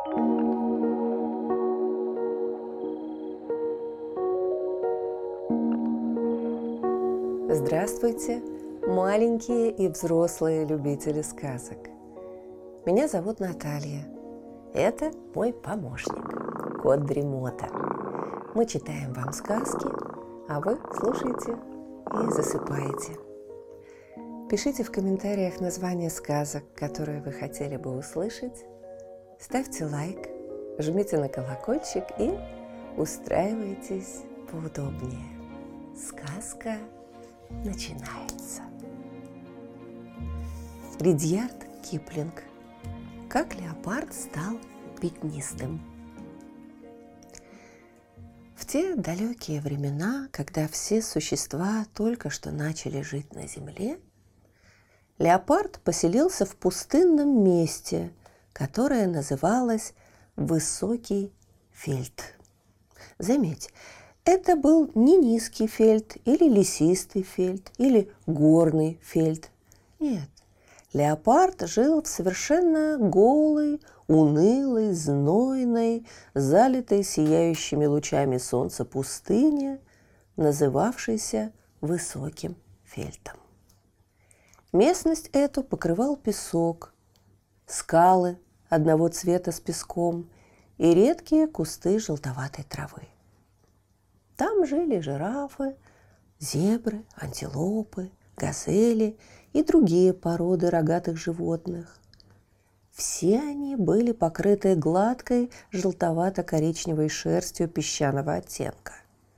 Здравствуйте, маленькие и взрослые любители сказок. Меня зовут Наталья. Это мой помощник, кот Дремота. Мы читаем вам сказки, а вы слушаете и засыпаете. Пишите в комментариях названия сказок, которые вы хотели бы услышать. Ставьте лайк, жмите на колокольчик и устраивайтесь поудобнее. Сказка начинается. Ридьярд Киплинг. Как леопард стал пятнистым. В те далекие времена, когда все существа только что начали жить на земле, леопард поселился в пустынном месте, которое называлось Высокий Фельд. Заметь, это был не низкий фельд, или лесистый фельд, или горный фельд. Нет, леопард жил в совершенно голой, унылой, знойной, залитой сияющими лучами солнца пустыне, называвшейся Высоким Фельдом. Местность эту покрывал песок, скалы одного цвета с песком и редкие кусты желтоватой травы. Там жили жирафы, зебры, антилопы, газели и другие породы рогатых животных. Все они были покрыты гладкой желтовато-коричневой шерстью песчаного оттенка.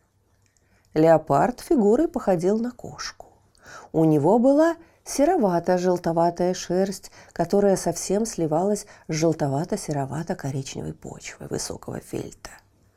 Леопард фигурой походил на кошку. У него была серовато-желтоватая шерсть, которая совсем сливалась с желтовато-серовато-коричневой почвой высокого фельда.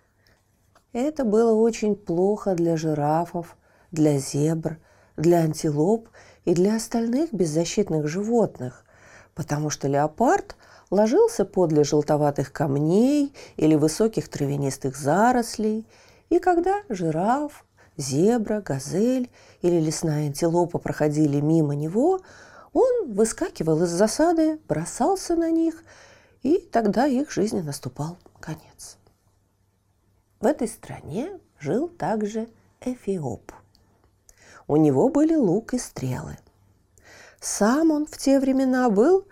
Это было очень плохо для жирафов, для зебр, для антилоп и для остальных беззащитных животных, потому что леопард ложился подле желтоватых камней или высоких травянистых зарослей, и когда жираф, зебра, газель или лесная антилопа проходили мимо него, он выскакивал из засады, бросался на них, и тогда их жизни наступал конец. В этой стране жил также Эфиоп. У него были лук и стрелы. Сам он в те времена был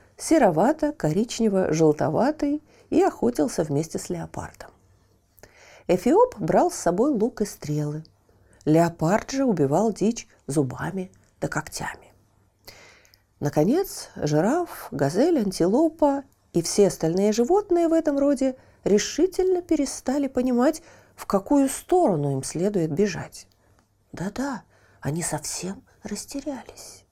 серовато-коричнево-желтоватый и охотился вместе с леопардом. Эфиоп брал с собой лук и стрелы. Леопард же убивал дичь зубами да когтями. Наконец, жираф, газель, антилопа и все остальные животные в этом роде решительно перестали понимать, в какую сторону им следует бежать. Да-да, они совсем растерялись.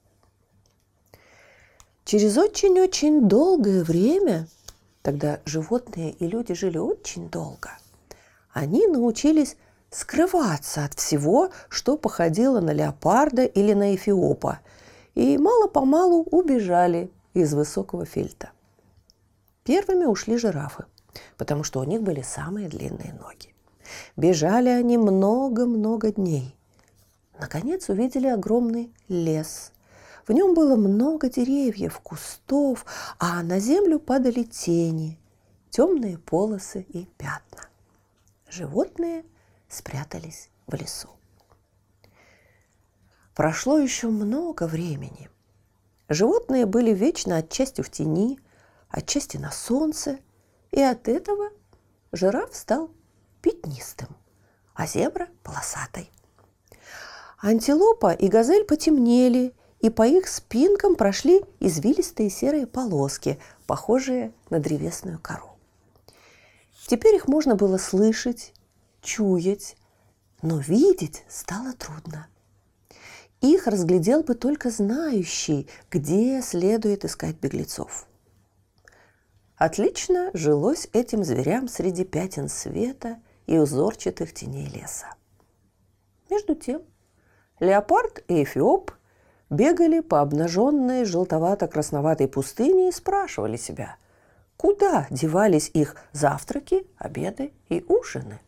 Через очень-очень долгое время, тогда животные и люди жили очень долго, они научились скрываться от всего, что походило на леопарда или на эфиопа, и мало-помалу убежали из Высокого Фельда. Первыми ушли жирафы, потому что у них были самые длинные ноги. Бежали они много-много дней. Наконец увидели огромный лес. В нем было много деревьев, кустов, а на землю падали тени, темные полосы и пятна. Животные спрятались в лесу. Прошло еще много времени. Животные были вечно отчасти в тени, отчасти на солнце, и от этого жираф стал пятнистым, а зебра – полосатой. Антилопа и газель потемнели, и по их спинкам прошли извилистые серые полоски, похожие на древесную кору. Теперь их можно было слышать, чуять, но видеть стало трудно. Их разглядел бы только знающий, где следует искать беглецов. Отлично жилось этим зверям среди пятен света и узорчатых теней леса. Между тем леопард и эфиоп бегали по обнаженной желтовато-красноватой пустыне и спрашивали себя, куда девались их завтраки, обеды и ужины.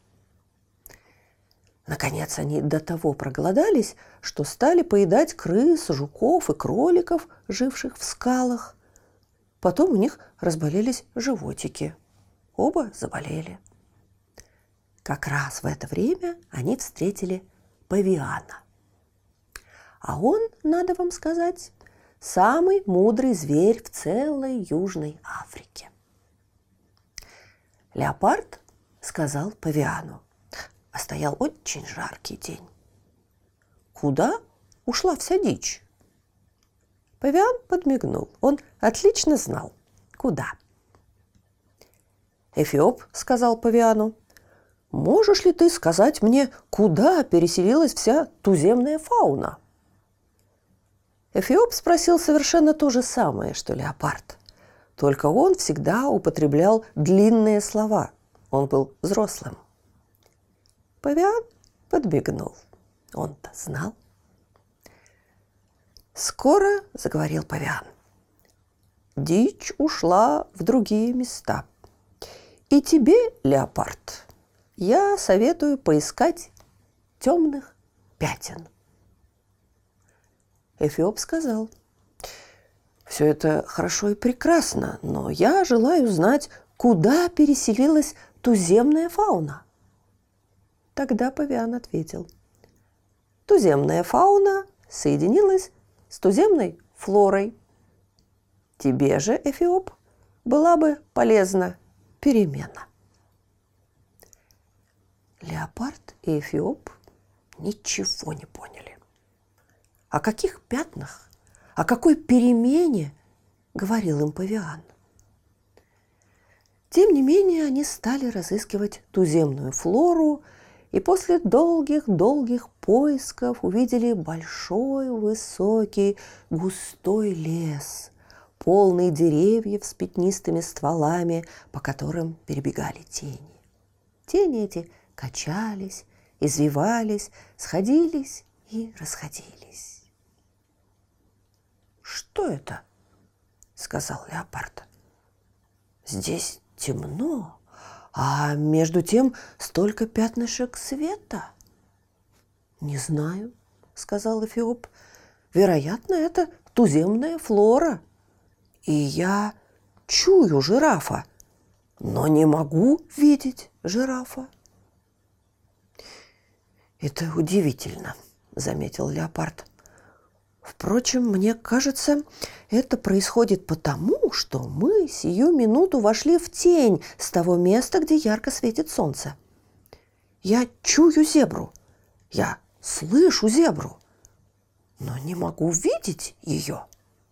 Наконец они до того проголодались, что стали поедать крыс, жуков и кроликов, живших в скалах. Потом у них разболелись животики. Оба заболели. Как раз в это время они встретили павиана. А он, надо вам сказать, самый мудрый зверь в целой Южной Африке. Леопард сказал павиану, а стоял очень жаркий день: «Куда ушла вся дичь?» Павиан подмигнул. Он отлично знал, куда. Эфиоп сказал павиану: «Можешь ли ты сказать мне, куда переселилась вся туземная фауна?» Эфиоп спросил совершенно то же самое, что леопард. Только он всегда употреблял длинные слова. Он был взрослым. Павиан подмигнул. Он-то знал. «Скоро, — заговорил павиан, — дичь ушла в другие места. И тебе, леопард, я советую поискать темных пятен». Эфиоп сказал: «Все это хорошо и прекрасно, но я желаю знать, куда переселилась туземная фауна». Тогда павиан ответил: «Туземная фауна соединилась с туземной флорой. Тебе же, Эфиоп, была бы полезна перемена». Леопард и Эфиоп ничего не поняли. О каких пятнах, о какой перемене говорил им павиан? Тем не менее, они стали разыскивать туземную флору, и после долгих-долгих поисков увидели большой, высокий, густой лес, полный деревьев с пятнистыми стволами, по которым перебегали тени. Тени эти качались, извивались, сходились и расходились. «Что это?» — сказал леопард. «Здесь темно, а между тем столько пятнышек света». «Не знаю», — сказал Эфиоп. «Вероятно, это туземная флора. И я чую жирафа, но не могу видеть жирафа». «Это удивительно», — заметил леопард. «Впрочем, мне кажется, это происходит потому, что мы сию минуту вошли в тень с того места, где ярко светит солнце. Я чую зебру, я слышу зебру, но не могу видеть ее».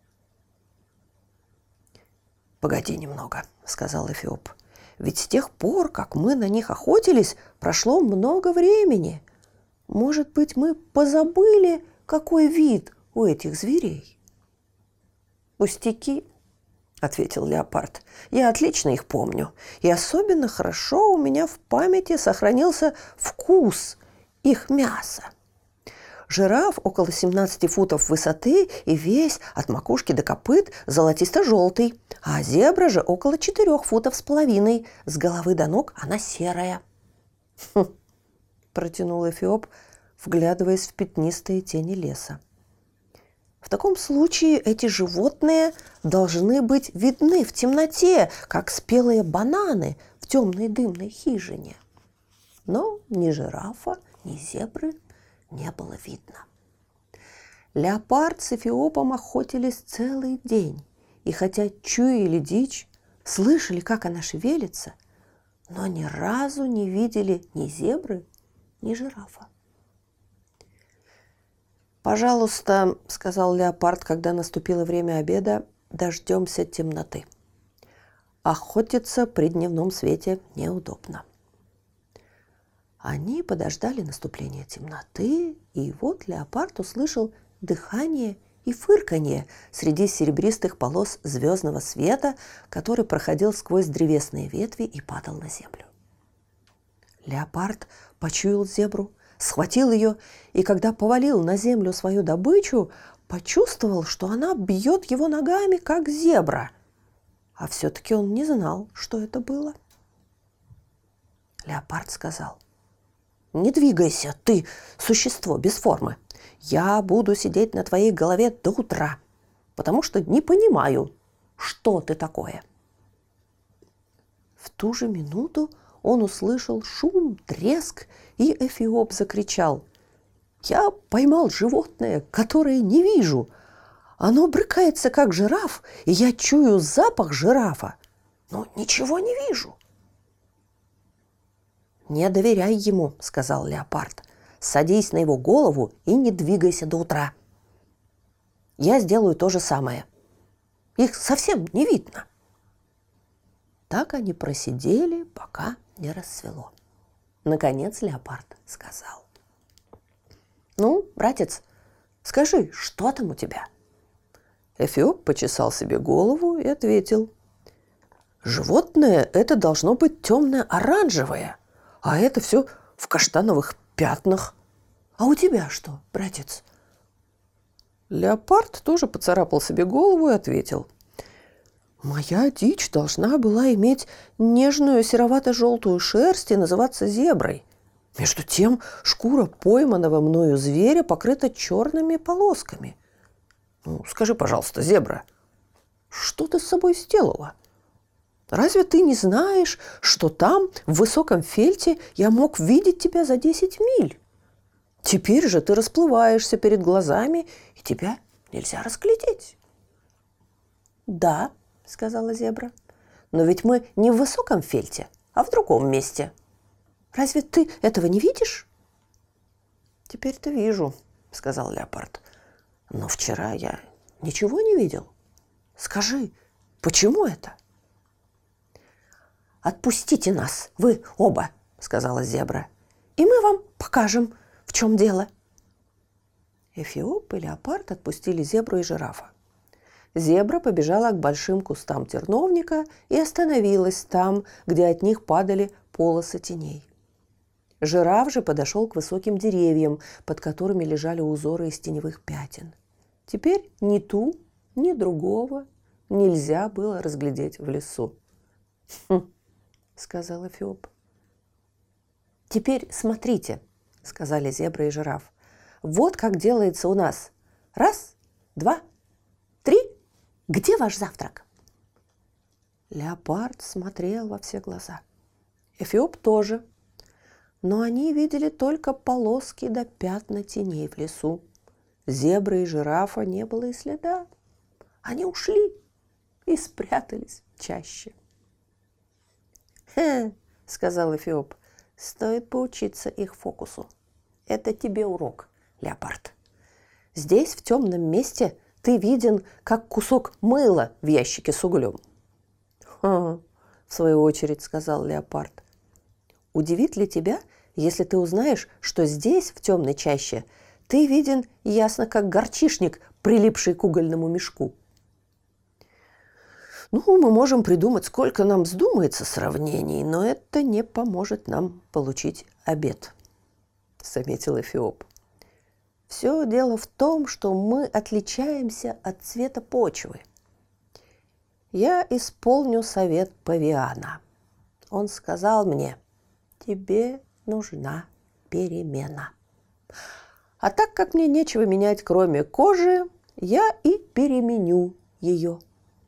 «Погоди немного», — сказал Эфиоп. «Ведь с тех пор, как мы на них охотились, прошло много времени. Может быть, мы позабыли, какой вид у этих зверей?» «Пустяки», — ответил леопард. «Я отлично их помню. И особенно хорошо у меня в памяти сохранился вкус их мяса. Жираф около 17 футов высоты и весь от макушки до копыт золотисто-желтый, а зебра же около 4 футов с половиной, с головы до ног она серая». «Хм», — протянул Эфиоп, вглядываясь в пятнистые тени леса. «В таком случае эти животные должны быть видны в темноте, как спелые бананы в темной дымной хижине». Но ни жирафа, ни зебры не было видно. Леопард с Эфиопом охотились целый день, и хотя чуяли дичь, слышали, как она шевелится, но ни разу не видели ни зебры, ни жирафа. «Пожалуйста, — сказал леопард, когда наступило время обеда, — дождемся темноты. Охотиться при дневном свете неудобно». Они подождали наступления темноты, и вот леопард услышал дыхание и фырканье среди серебристых полос звездного света, который проходил сквозь древесные ветви и падал на землю. Леопард почуял зебру, схватил ее, и когда повалил на землю свою добычу, почувствовал, что она бьет его ногами, как зебра. А все-таки он не знал, что это было. Леопард сказал: «Не двигайся, ты, существо без формы. Я буду сидеть на твоей голове до утра, потому что не понимаю, что ты такое». В ту же минуту он услышал шум, треск, и Эфиоп закричал: «Я поймал животное, которое не вижу. Оно брыкается, как жираф, и я чую запах жирафа, но ничего не вижу». «Не доверяй ему», — сказал леопард. «Садись на его голову и не двигайся до утра. Я сделаю то же самое. Их совсем не видно». Так они просидели, пока не рассвело. Наконец леопард сказал: «Ну, братец, скажи, что там у тебя?» Эфиоп почесал себе голову и ответил: «Животное это должно быть темно-оранжевое, а это все в каштановых пятнах. А у тебя что, братец?» Леопард тоже поцарапал себе голову и ответил: «Моя дичь должна была иметь нежную серовато-желтую шерсть и называться зеброй. Между тем шкура пойманного мною зверя покрыта черными полосками. Ну, скажи, пожалуйста, зебра, что ты с собой сделала? Разве ты не знаешь, что там, в высоком фельте, я мог видеть тебя за 10 миль? Теперь же ты расплываешься перед глазами, и тебя нельзя разглядеть». «Да», — сказала зебра, — «но ведь мы не в высоком фельте, а в другом месте. Разве ты этого не видишь?» «Теперь-то вижу», — сказал леопард, — «но вчера я ничего не видел. Скажи, почему это?» «Отпустите нас, вы оба», — сказала зебра, — «и мы вам покажем, в чем дело». Эфиоп и леопард отпустили зебру и жирафа. Зебра побежала к большим кустам терновника и остановилась там, где от них падали полосы теней. Жираф же подошел к высоким деревьям, под которыми лежали узоры из теневых пятен. Теперь ни ту, ни другого нельзя было разглядеть в лесу. «Хм», — сказал Эфиоп. «Теперь смотрите», — сказали зебра и жираф. «Вот как делается у нас. Раз, два, три. Где ваш завтрак?» Леопард смотрел во все глаза. Эфиоп тоже. Но они видели только полоски до пятна теней в лесу. Зебры и жирафа не было и следа. Они ушли и спрятались чаще. «Хе», — сказал Эфиоп, — «стоит поучиться их фокусу. Это тебе урок, леопард. Здесь, в темном месте, ты виден, как кусок мыла в ящике с углем». «Ха», — в свою очередь сказал леопард, — «удивит ли тебя, если ты узнаешь, что здесь, в темной чаще, ты виден ясно, как горчишник, прилипший к угольному мешку?» «Ну, мы можем придумать, сколько нам вздумается сравнений, но это не поможет нам получить обед», — заметил Эфиоп. «Все дело в том, что мы отличаемся от цвета почвы. Я исполню совет павиана. Он сказал мне: тебе нужна перемена. А так как мне нечего менять, кроме кожи, я и переменю ее».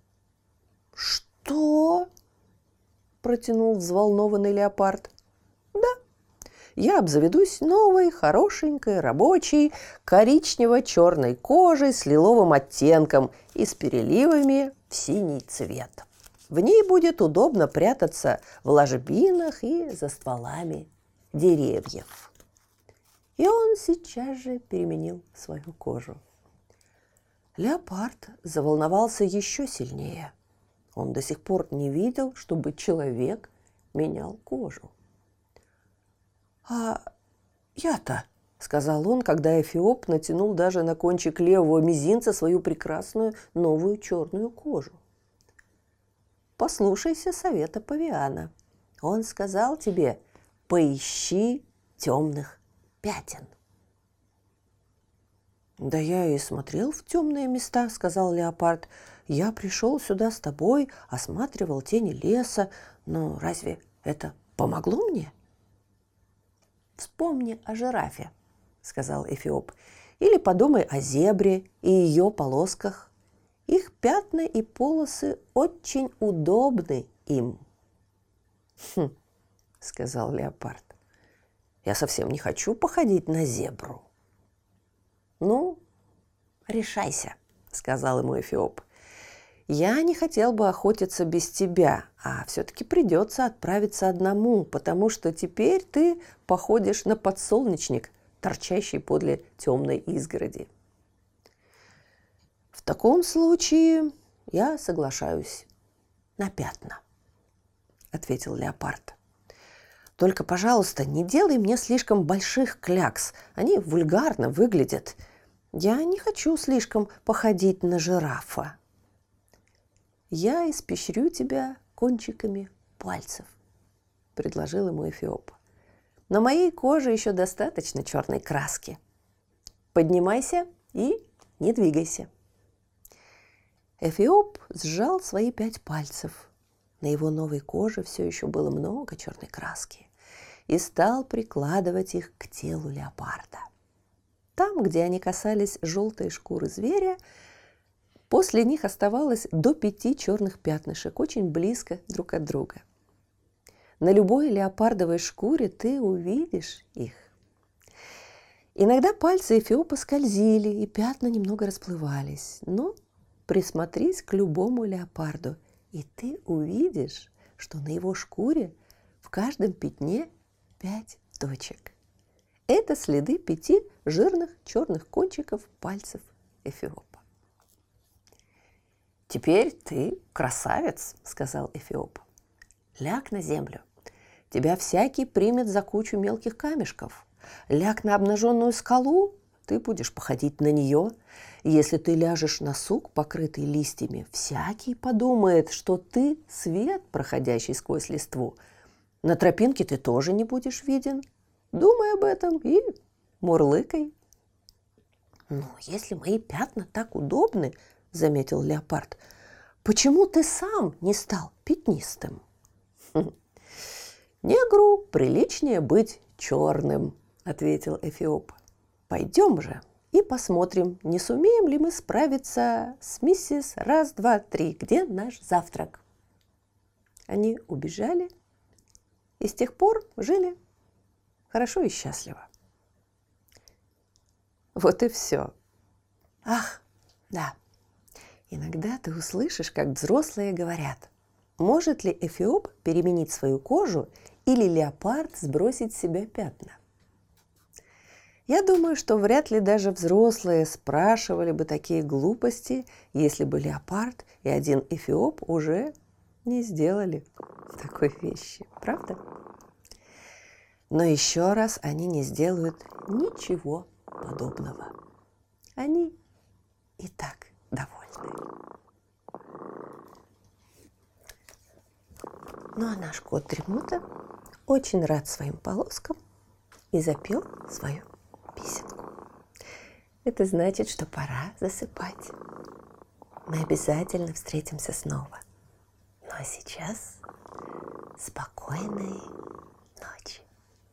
«Что?» – протянул взволнованный леопард. «Да, я обзаведусь новой, хорошенькой, рабочей, коричнево-черной кожей с лиловым оттенком и с переливами в синий цвет. В ней будет удобно прятаться в ложбинах и за стволами деревьев». И он сейчас же переменил свою кожу. Леопард заволновался еще сильнее. Он до сих пор не видел, чтобы человек менял кожу. «А я-то», — сказал он, когда Эфиоп натянул даже на кончик левого мизинца свою прекрасную новую черную кожу. «Послушайся совета павиана. Он сказал тебе: поищи темных пятен». «Да я и смотрел в темные места», — сказал леопард. «Я пришел сюда с тобой, осматривал тени леса, но разве это помогло мне?» «Вспомни о жирафе», — сказал Эфиоп, «или подумай о зебре и ее полосках. Их пятна и полосы очень удобны им». «Хм», — сказал леопард, — «я совсем не хочу походить на зебру». «Ну, решайся», — сказал ему Эфиоп. «Я не хотел бы охотиться без тебя, а все-таки придется отправиться одному, потому что теперь ты походишь на подсолнечник, торчащий подле темной изгороди». «В таком случае я соглашаюсь на пятна», — ответил леопард. «Только, пожалуйста, не делай мне слишком больших клякс, они вульгарно выглядят. Я не хочу слишком походить на жирафа. Я испещрю тебя кончиками пальцев», — предложил ему Эфиоп. «На моей коже еще достаточно черной краски. Поднимайся и не двигайся». Эфиоп сжал свои 5 пальцев. На его новой коже все еще было много черной краски и стал прикладывать их к телу леопарда. Там, где они касались желтой шкуры зверя, после них оставалось до 5 черных пятнышек, очень близко друг от друга. На любой леопардовой шкуре ты увидишь их. Иногда пальцы Эфиопа скользили, и пятна немного расплывались, но присмотрись к любому леопарду, и ты увидишь, что на его шкуре в каждом пятне 5 точек. Это следы 5 жирных черных кончиков пальцев Эфиопа. «Теперь ты красавец», — сказал Эфиоп. «Ляг на землю. Тебя всякий примет за кучу мелких камешков. Ляг на обнаженную скалу, ты будешь походить на нее. Если ты ляжешь на сук, покрытый листьями, всякий подумает, что ты свет, проходящий сквозь листву. На тропинке ты тоже не будешь виден. Думай об этом и мурлыкай». «Но если мои пятна так удобны, — заметил леопард, — почему ты сам не стал пятнистым?» «Негру приличнее быть черным», — ответил Эфиоп. «Пойдем же и посмотрим, не сумеем ли мы справиться с миссис Раз, Два, Три. Где наш завтрак?» Они убежали и с тех пор жили хорошо и счастливо. Вот и все. Ах, да. Иногда ты услышишь, как взрослые говорят: может ли Эфиоп переменить свою кожу или леопард сбросить с себя пятна? Я думаю, что вряд ли даже взрослые спрашивали бы такие глупости, если бы леопард и один Эфиоп уже не сделали такой вещи, правда? Но еще раз они не сделают ничего подобного. Они и так довольны. Ну а наш кот Дремота очень рад своим полоскам и запел свою песенку. Это значит, что пора засыпать. Мы обязательно встретимся снова. Ну а сейчас спокойной ночи.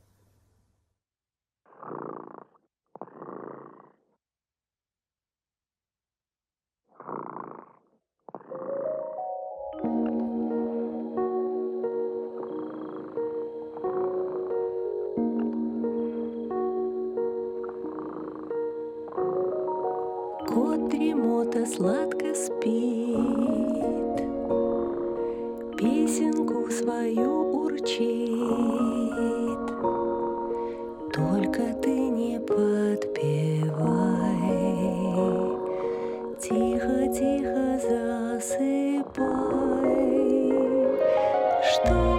Кот Дремота сладко спит, песенку свою урчит. Только ты не подпевай, тихо-тихо засыпай, что